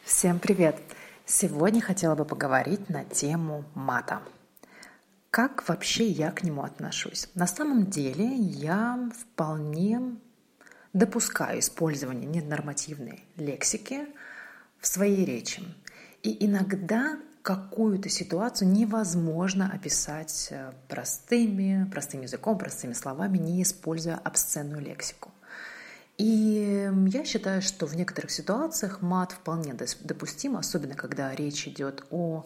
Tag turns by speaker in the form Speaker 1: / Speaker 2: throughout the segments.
Speaker 1: Всем привет! Сегодня хотела бы поговорить на тему мата. Как вообще я к нему отношусь? На самом деле я вполне допускаю использование ненормативной лексики в своей речи. И иногда какую-то ситуацию невозможно описать простым языком, простыми словами, не используя обсценную лексику. И я считаю, что в некоторых ситуациях мат вполне допустим, особенно когда речь идет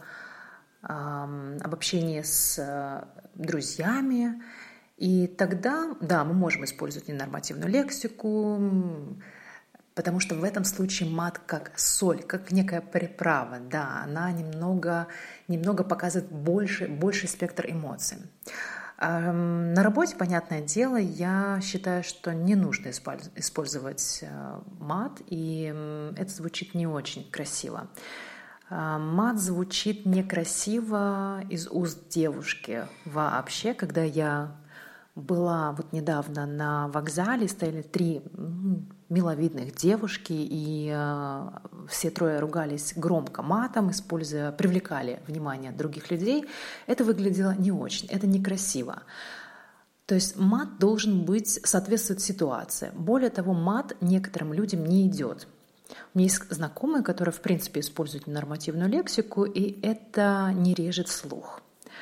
Speaker 1: об общении с друзьями. И тогда, да, мы можем использовать ненормативную лексику, потому что в этом случае мат как соль, как некая приправа, да, она немного показывает больший спектр эмоций. На работе, понятное дело, я считаю, что не нужно использовать мат, и это звучит не очень красиво. Мат звучит некрасиво из уст девушки вообще. Когда я была вот недавно на вокзале, стояли 3 миловидных девушки, и все 3 ругались громко матом, привлекали внимание других людей. Это выглядело не очень, это некрасиво. То есть мат должен соответствовать ситуации. Более того, мат некоторым людям не идет. У меня есть знакомые, которые, в принципе, используют ненормативную лексику, и это не режет слух.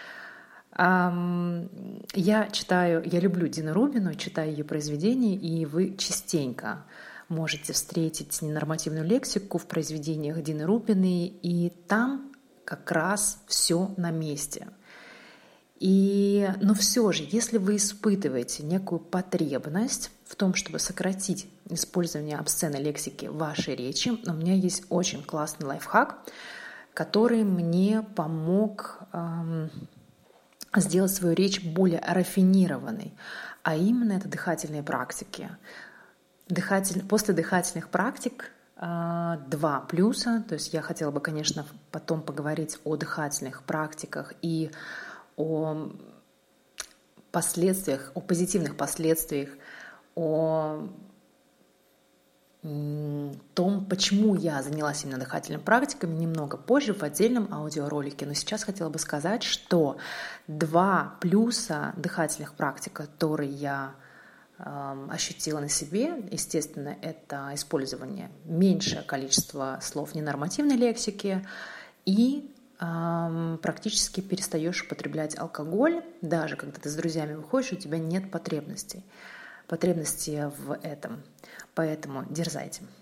Speaker 1: Я люблю Дину Рубину, читаю ее произведения, и вы частенько можете встретить ненормативную лексику в произведениях Дины Рубиной, и там как раз все на месте. Но все же, если вы испытываете некую потребность в том, чтобы сократить использование обсценной лексики в вашей речи, у меня есть очень классный лайфхак, который мне помог сделать свою речь более рафинированной, а именно это дыхательные практики. После дыхательных практик 2 плюса, то есть я хотела бы, конечно, потом поговорить о дыхательных практиках и о последствиях, о позитивных последствиях, о том, почему я занялась именно дыхательными практиками, немного позже в отдельном аудиоролике. Но сейчас хотела бы сказать, что 2 плюса дыхательных практик, которые я ощутила на себе, естественно, это использование меньшее количество слов ненормативной лексики и практически перестаешь употреблять алкоголь, даже когда ты с друзьями выходишь, у тебя нет потребности в этом. Поэтому дерзайте.